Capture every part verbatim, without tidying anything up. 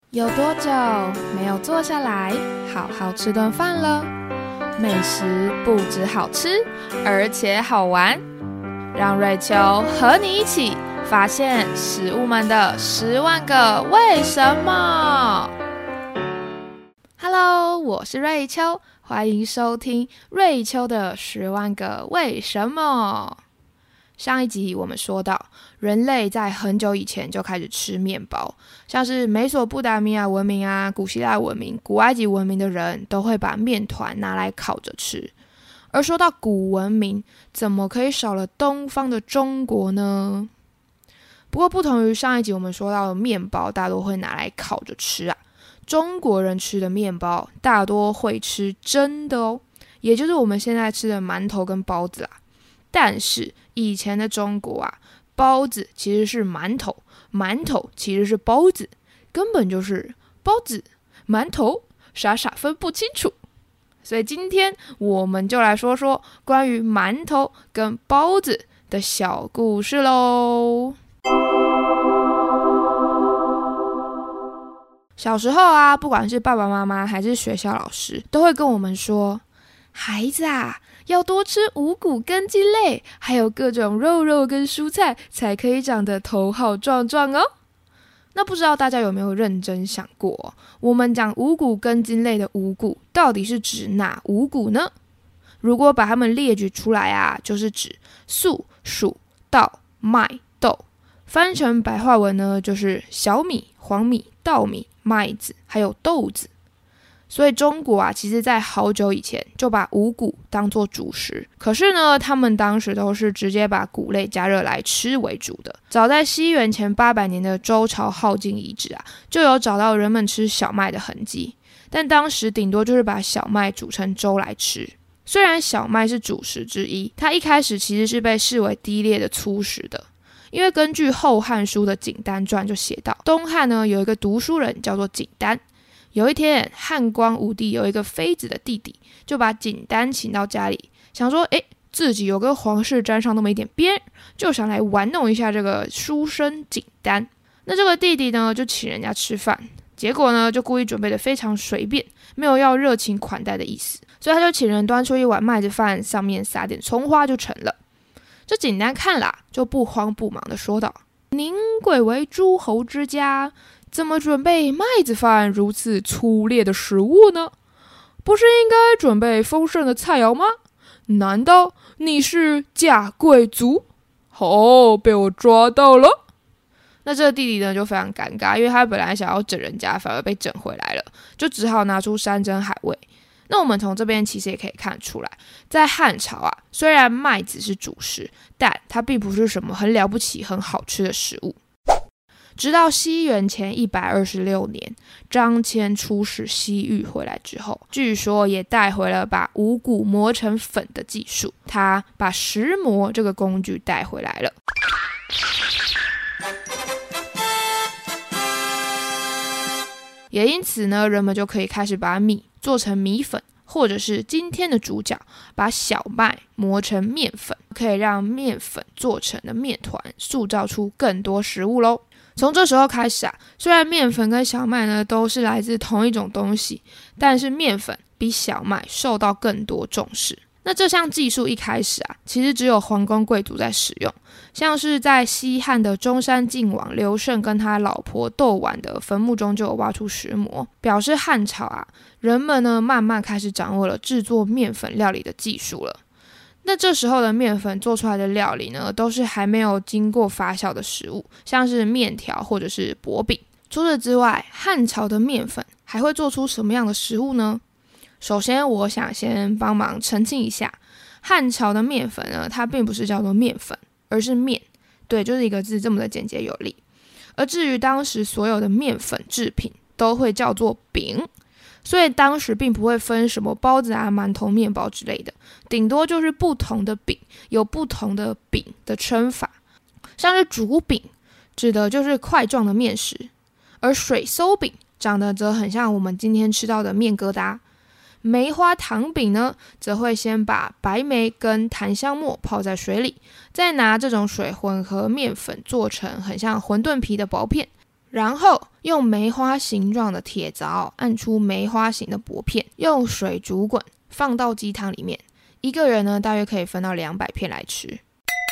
有多久没有坐下来好好吃顿饭了？美食不只好吃，而且好玩。让瑞秋和你一起发现食物们的十万个为什么。Hello， 我是瑞秋，欢迎收听瑞秋的十万个为什么。上一集我们说到，人类在很久以前就开始吃面包，像是美索不达米亚文明啊、古希腊文明、古埃及文明的人都会把面团拿来烤着吃。而说到古文明，怎么可以少了东方的中国呢？不过不同于上一集我们说到的面包大多会拿来烤着吃啊，中国人吃的面包大多会吃蒸的哦，也就是我们现在吃的馒头跟包子啦。但是以前的中国啊，包子其实是馒头，馒头其实是包子，根本就是包子馒头傻傻分不清楚。所以今天我们就来说说关于馒头跟包子的小故事咯。小时候啊，不管是爸爸妈妈还是学校老师，都会跟我们说，孩子啊，要多吃五谷根茎类，还有各种肉肉跟蔬菜，才可以长得头好壮壮哦。那不知道大家有没有认真想过，我们讲五谷根茎类的五谷，到底是指哪五谷呢？如果把它们列举出来啊，就是指粟、黍、稻、麦、豆。翻成白话文呢，就是小米、黄米、稻米、麦子，还有豆子。所以中国啊，其实在好久以前就把五谷当作主食，可是呢，他们当时都是直接把谷类加热来吃为主的。早在西元前八百年的周朝镐京遗址啊，就有找到人们吃小麦的痕迹，但当时顶多就是把小麦煮成粥来吃。虽然小麦是主食之一，它一开始其实是被视为低劣的粗食的，因为根据《后汉书》的景丹传就写到，东汉呢有一个读书人叫做景丹。有一天，汉光武帝有一个妃子的弟弟，就把景丹请到家里，想说，诶，自己有跟皇室沾上那么一点边，就想来玩弄一下这个书生景丹。那这个弟弟呢，就请人家吃饭，结果呢，就故意准备的非常随便，没有要热情款待的意思，所以他就请人端出一碗麦子饭，上面撒点葱花就成了。这景丹看了，就不慌不忙的说道：“您贵为诸侯之家，怎么准备麦子饭如此粗劣的食物呢？不是应该准备丰盛的菜肴吗？难道你是假贵族？哦，被我抓到了。”那这个弟弟呢就非常尴尬，因为他本来想要整人家，反而被整回来了，就只好拿出山珍海味。那我们从这边其实也可以看出来，在汉朝啊，虽然麦子是主食，但它并不是什么很了不起、很好吃的食物。直到西元前一百二十六年，张骞出使西域回来之后，据说也带回了把五谷磨成粉的技术，他把石磨这个工具带回来了。也因此呢，人们就可以开始把米做成米粉，或者是今天的主角，把小麦磨成面粉，可以让面粉做成的面团塑造出更多食物咯。从这时候开始啊，虽然面粉跟小麦呢都是来自同一种东西，但是面粉比小麦受到更多重视。那这项技术一开始啊，其实只有皇宫贵族在使用，像是在西汉的中山靖王刘胜跟他老婆窦婉的坟墓中就有挖出石磨，表示汉朝啊，人们呢慢慢开始掌握了制作面粉料理的技术了。那这时候的面粉做出来的料理呢，都是还没有经过发酵的食物，像是面条或者是薄饼。除此之外，汉朝的面粉还会做出什么样的食物呢？首先我想先帮忙澄清一下，汉朝的面粉呢，它并不是叫做面粉，而是面，对，就是一个字，这么的简洁有力。而至于当时所有的面粉制品都会叫做饼，所以当时并不会分什么包子啊、馒头、面包之类的，顶多就是不同的饼有不同的饼的称法。像是竹饼指的就是块状的面食，而水馊饼长得则很像我们今天吃到的面疙瘩。梅花糖饼呢，则会先把白梅跟檀香末泡在水里，再拿这种水混合面粉做成很像馄饨皮的薄片， 然后用梅花形状的铁凿按出梅花形的薄片，用水煮滚，放到鸡汤里面。一个人呢，大约可以分到两百片来吃。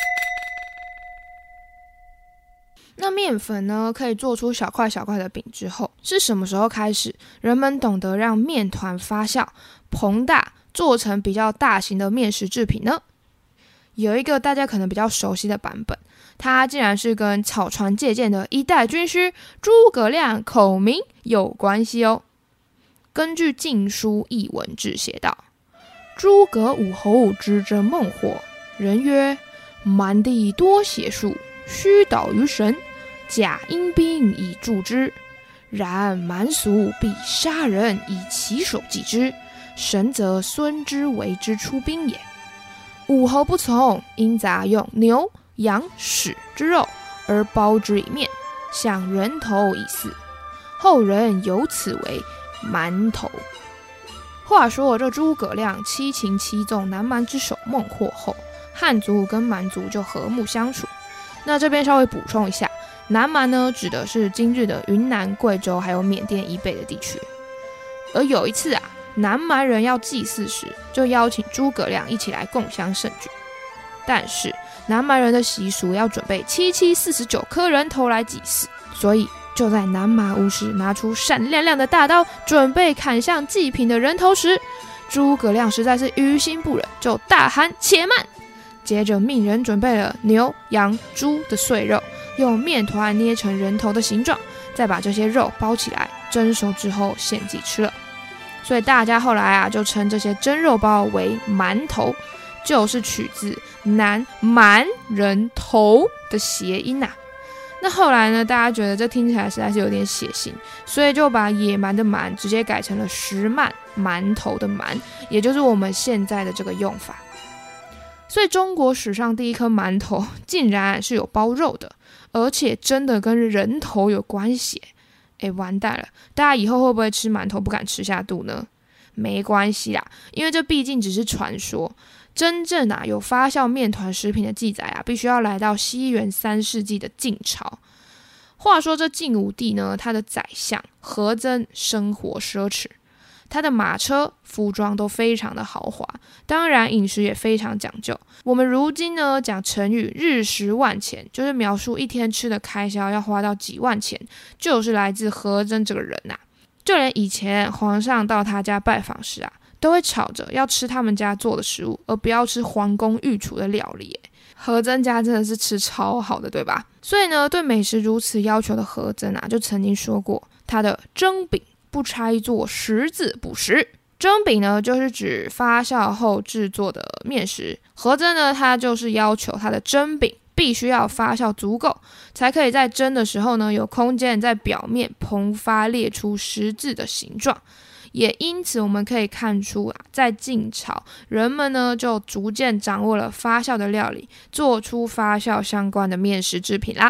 那面粉呢，可以做出小块小块的饼之后，是什么时候开始人们懂得让面团发酵、膨大，做成比较大型的面食制品呢？有一个大家可能比较熟悉的版本，它竟然是跟草船借箭的一代军师诸葛亮孔明有关系哦。根据《晋书·艺文志》写道：诸葛武侯之争孟获，人曰：蛮地多邪术，虚导于神，假阴兵以助之。然蛮俗必杀人以其手击之，神则孙之为之出兵也。武侯不从，因杂用牛、羊、豕之肉而包之以面，像人头以似。后人由此为馒头。话说这诸葛亮七擒七纵南蛮之首孟获后，汉族跟蛮族就和睦相处。那这边稍微补充一下，南蛮呢指的是今日的云南、贵州还有缅甸以北的地区。而有一次啊，南蛮人要祭祀时，就邀请诸葛亮一起来共襄盛举。但是南蛮人的习俗要准备七七四十九颗人头来祭祀，所以就在南蛮武士拿出闪亮亮的大刀，准备砍向祭品的人头时，诸葛亮实在是于心不忍，就大喊且慢。接着命人准备了牛、羊、猪的碎肉，用面团捏成人头的形状，再把这些肉包起来，蒸熟之后献祭吃了。所以大家后来啊，就称这些蒸肉包为馒头，就是取自南蛮人头的谐音啊。那后来呢，大家觉得这听起来实在是有点血腥，所以就把野蛮的蛮直接改成了石馒馒头的馒，也就是我们现在的这个用法。所以中国史上第一颗馒头竟然是有包肉的，而且真的跟人头有关系。诶，完蛋了，大家以后会不会吃馒头不敢吃下肚呢？没关系啦，因为这毕竟只是传说。真正啊有发酵面团食品的记载啊，必须要来到西元三世纪的晋朝。话说这晋武帝呢，他的宰相何曾生活奢侈，他的马车、服装都非常的豪华，当然饮食也非常讲究。我们如今呢讲成语日食万钱，就是描述一天吃的开销要花到几万钱，就是来自何曾这个人啊。就连以前皇上到他家拜访时啊，都会吵着要吃他们家做的食物，而不要吃皇宫御厨的料理。何曾家真的是吃超好的，对吧？所以呢，对美食如此要求的何曾啊，就曾经说过，他的蒸饼不拆作十字不食。蒸饼呢，就是指发酵后制作的面食。何曾呢，他就是要求他的蒸饼必须要发酵足够，才可以在蒸的时候呢，有空间在表面膨发裂出十字的形状。也因此我们可以看出啊，在晋朝人们呢就逐渐掌握了发酵的料理，做出发酵相关的面食制品啦。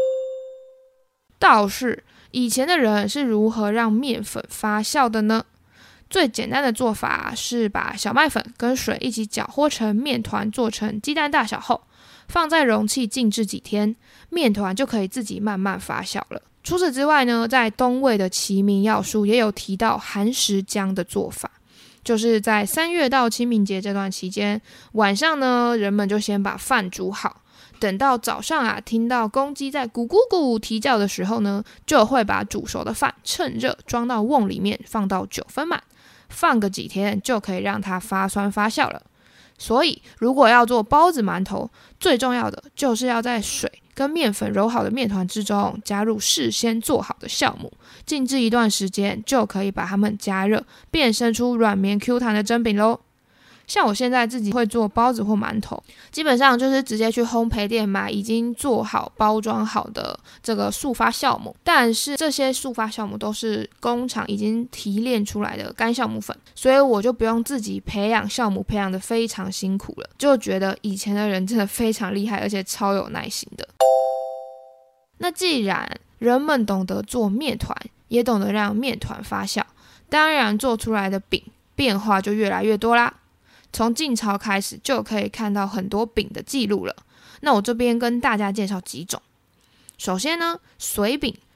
倒是以前的人是如何让面粉发酵的呢？最简单的做法是把小麦粉跟水一起搅和成面团，做成鸡蛋大小后，放在容器静置几天，面团就可以自己慢慢发酵了。除此之外呢，在东魏的《齐民要术》也有提到寒食姜的做法，就是在三月到清明节这段期间，晚上呢，人们就先把饭煮好，等到早上啊，听到公鸡在咕咕咕啼叫的时候呢，就会把煮熟的饭趁热装到瓮里面，放到九分满，放个几天就可以让它发酸发酵了。所以如果要做包子馒头，最重要的就是要在水跟面粉揉好的面团之中加入事先做好的酵母，静置一段时间就可以把它们加热，变身出软绵 Q 弹的蒸饼咯。像我现在自己会做包子或馒头，基本上就是直接去烘焙店买已经做好包装好的这个速发酵母，但是这些速发酵母都是工厂已经提炼出来的干酵母粉，所以我就不用自己培养酵母，培养的非常辛苦了，就觉得以前的人真的非常厉害，而且超有耐心的。那既然人们懂得做面团，也懂得让面团发酵，当然做出来的饼变化就越来越多啦。从晋朝开始就可以看到很多饼的记录了，那我这边跟大家介绍几种。首先呢，随饼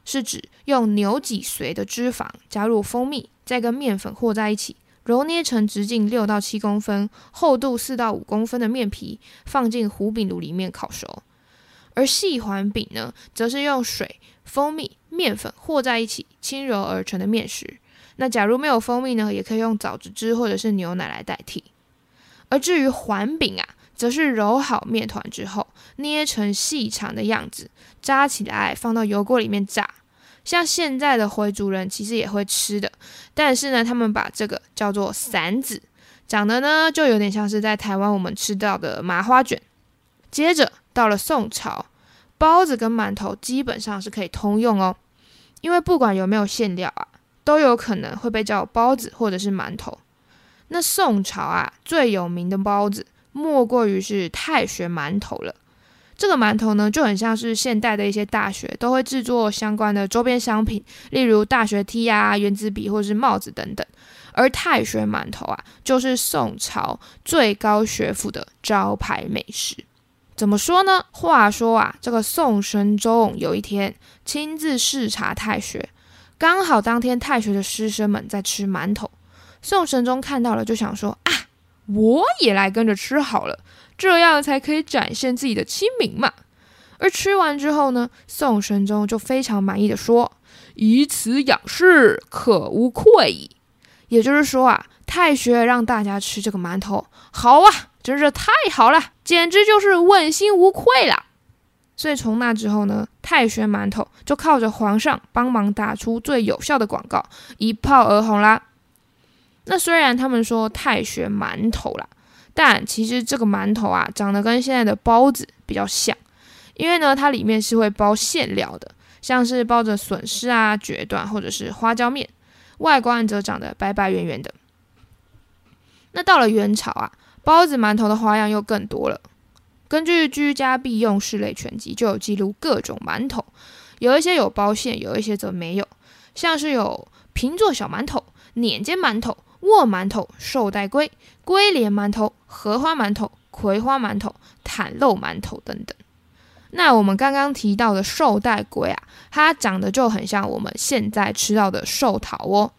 是指用牛脊髓的脂肪加入蜂蜜，再跟面粉和在一起，揉捏成直径六到七公分、厚度四到五公分的面皮，放进糊饼炉里面烤熟。而细环饼呢，则是用水、蜂蜜、面粉和在一起，轻揉而成的面食。那假如没有蜂蜜呢，也可以用枣子汁或者是牛奶来代替。而至于环饼啊，则是揉好面团之后，捏成细长的样子，扎起来放到油锅里面炸。像现在的回族人其实也会吃的，但是呢，他们把这个叫做馓子，长得呢就有点像是在台湾我们吃到的麻花卷。接着到了宋朝，包子跟馒头基本上是可以通用哦，因为不管有没有馅料啊，都有可能会被叫包子或者是馒头。那宋朝啊，最有名的包子莫过于是太学馒头了。这个馒头呢，就很像是现代的一些大学都会制作相关的周边商品，例如大学 T 啊、原子笔或是帽子等等。而太学馒头啊，就是宋朝最高学府的招牌美食。怎么说呢？话说啊，这个宋神宗有一天亲自视察太学，刚好当天太学的师生们在吃馒头。宋神宗看到了，就想说啊，我也来跟着吃好了，这样才可以展现自己的亲民嘛。而吃完之后呢，宋神宗就非常满意的说：“以此养士，可无愧矣。”也就是说啊，太学让大家吃这个馒头，好啊，真是太好了，简直就是问心无愧啦。所以从那之后呢，太学馒头就靠着皇上帮忙打出最有效的广告，一炮而红啦。那虽然他们说太学馒头啦，但其实这个馒头啊，长得跟现在的包子比较像，因为呢，它里面是会包馅料的，像是包着笋丝啊、蕨段或者是花椒面，外观则长得白白圆圆的。那到了元朝啊，包子馒头的花样又更多了。根据《居家必用室内全集》就有记录各种馒头，有一些有包馅，有一些则没有，像是有平做小馒头、碾尖馒头、握馒头、寿带龟、龟莲馒头、荷花馒头、葵花馒头、袒肉馒头等等。那我们刚刚提到的寿带龟啊，它长得就很像我们现在吃到的寿桃哦。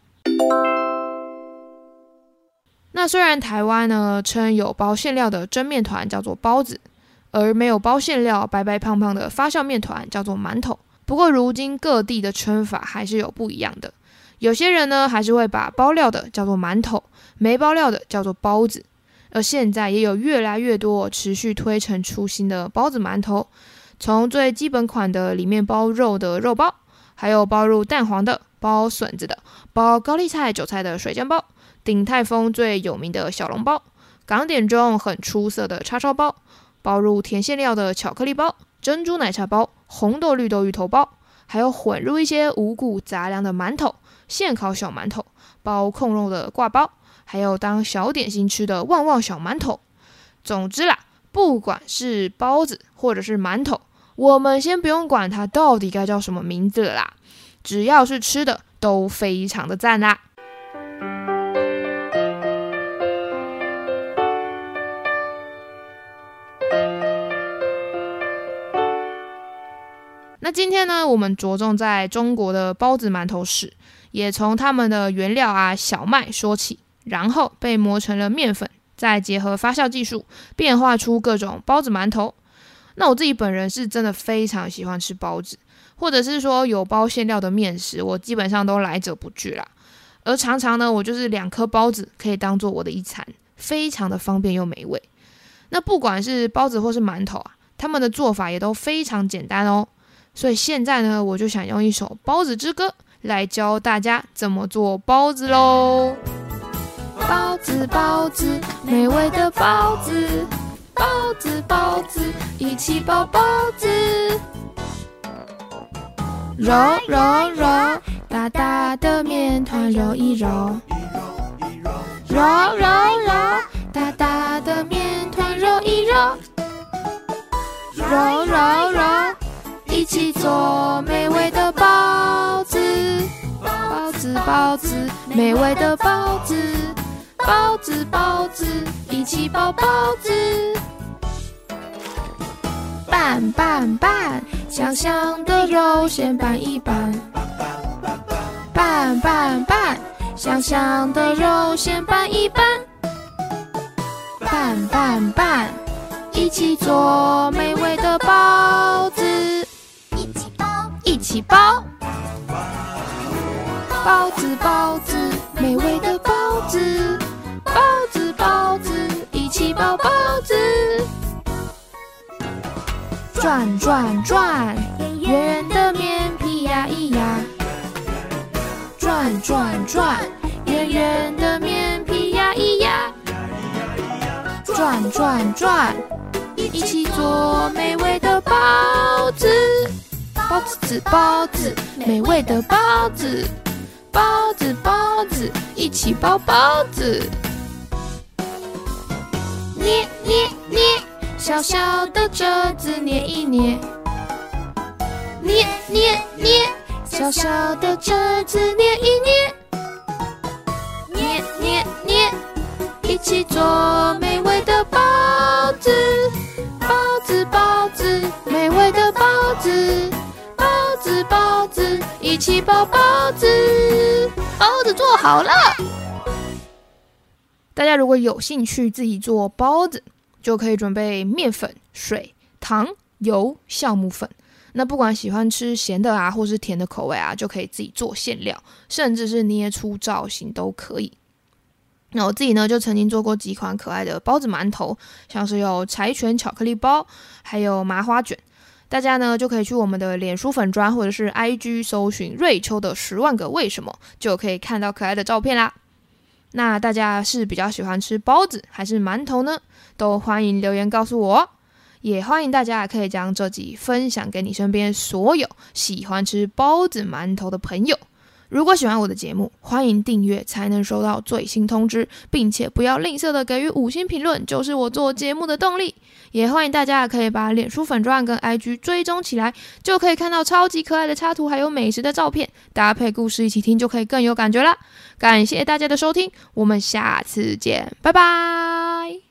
那虽然台湾呢称有包馅料的蒸面团叫做包子，而没有包馅料白白胖胖的发酵面团叫做馒头，不过如今各地的称法还是有不一样的。有些人呢还是会把包料的叫做馒头，没包料的叫做包子。而现在也有越来越多持续推陈出新的包子馒头，从最基本款的里面包肉的肉包，还有包入蛋黄的、包笋子的、包高丽菜、韭菜的水煎包，鼎泰丰最有名的小笼包，港点中很出色的叉烧包，包入甜馅料的巧克力包、珍珠奶茶包、红豆绿豆芋头包，还有混入一些五谷杂粮的馒头、现烤小馒头、包控肉的挂包，还有当小点心吃的旺旺小馒头。总之啦，不管是包子或者是馒头，我们先不用管它到底该叫什么名字了啦，只要是吃的都非常的赞啦。那今天呢，我们着重在中国的包子馒头史，也从他们的原料啊小麦说起，然后被磨成了面粉，再结合发酵技术，变化出各种包子馒头。那我自己本人是真的非常喜欢吃包子，或者是说有包馅料的面食，我基本上都来者不拒啦。而常常呢，我就是两颗包子可以当做我的一餐，非常的方便又美味。那不管是包子或是馒头啊，他们的做法也都非常简单哦。所以现在呢，我就想用一首包子之歌来教大家怎么做包子咯。包子包子，美味的包子，包子包子，一起包包子。揉揉揉，大大的面团揉一揉，揉揉揉，大大的面团揉一揉，揉揉揉，一起做美味的包子。包子包子，美味的包子，包子包子，一起包包子。拌拌拌， 香香的肉先拌一拌，拌拌拌，香香的肉先拌一拌，拌拌拌，一起做美味的包子， 一起包， 一起包，包子包子，美味的包子，包子包子，一起包包子，转转转，圆圆的面皮压一压，转转转，圆圆的面皮压一压，转转转，一起做美味的包子，包子包子，美味的包子，包子包子，一起包包子，捏捏捏，小小的褶子捏一捏，捏捏捏，小小的褶子捏一捏，捏捏捏，一起做美味的包子，包子包子，美味的包子，包子包子，一起包包子，包子做好了。大家如果有兴趣自己做包子，就可以准备面粉、水、糖、油、酵母粉。那不管喜欢吃咸的啊，或是甜的口味啊，就可以自己做馅料，甚至是捏出造型都可以。那我自己呢，就曾经做过几款可爱的包子馒头，像是有柴犬巧克力包，还有麻花卷。大家呢就可以去我们的脸书粉专或者是 I G 搜寻瑞秋的十万个为什么，就可以看到可爱的照片啦。那大家是比较喜欢吃包子还是馒头呢？都欢迎留言告诉我，也欢迎大家可以将这集分享给你身边所有喜欢吃包子馒头的朋友。如果喜欢我的节目，欢迎订阅才能收到最新通知，并且不要吝啬的给予五星评论，就是我做节目的动力。也欢迎大家可以把脸书粉专跟 I G 追踪起来，就可以看到超级可爱的插图还有美食的照片，搭配故事一起听就可以更有感觉啦。感谢大家的收听，我们下次见，拜拜。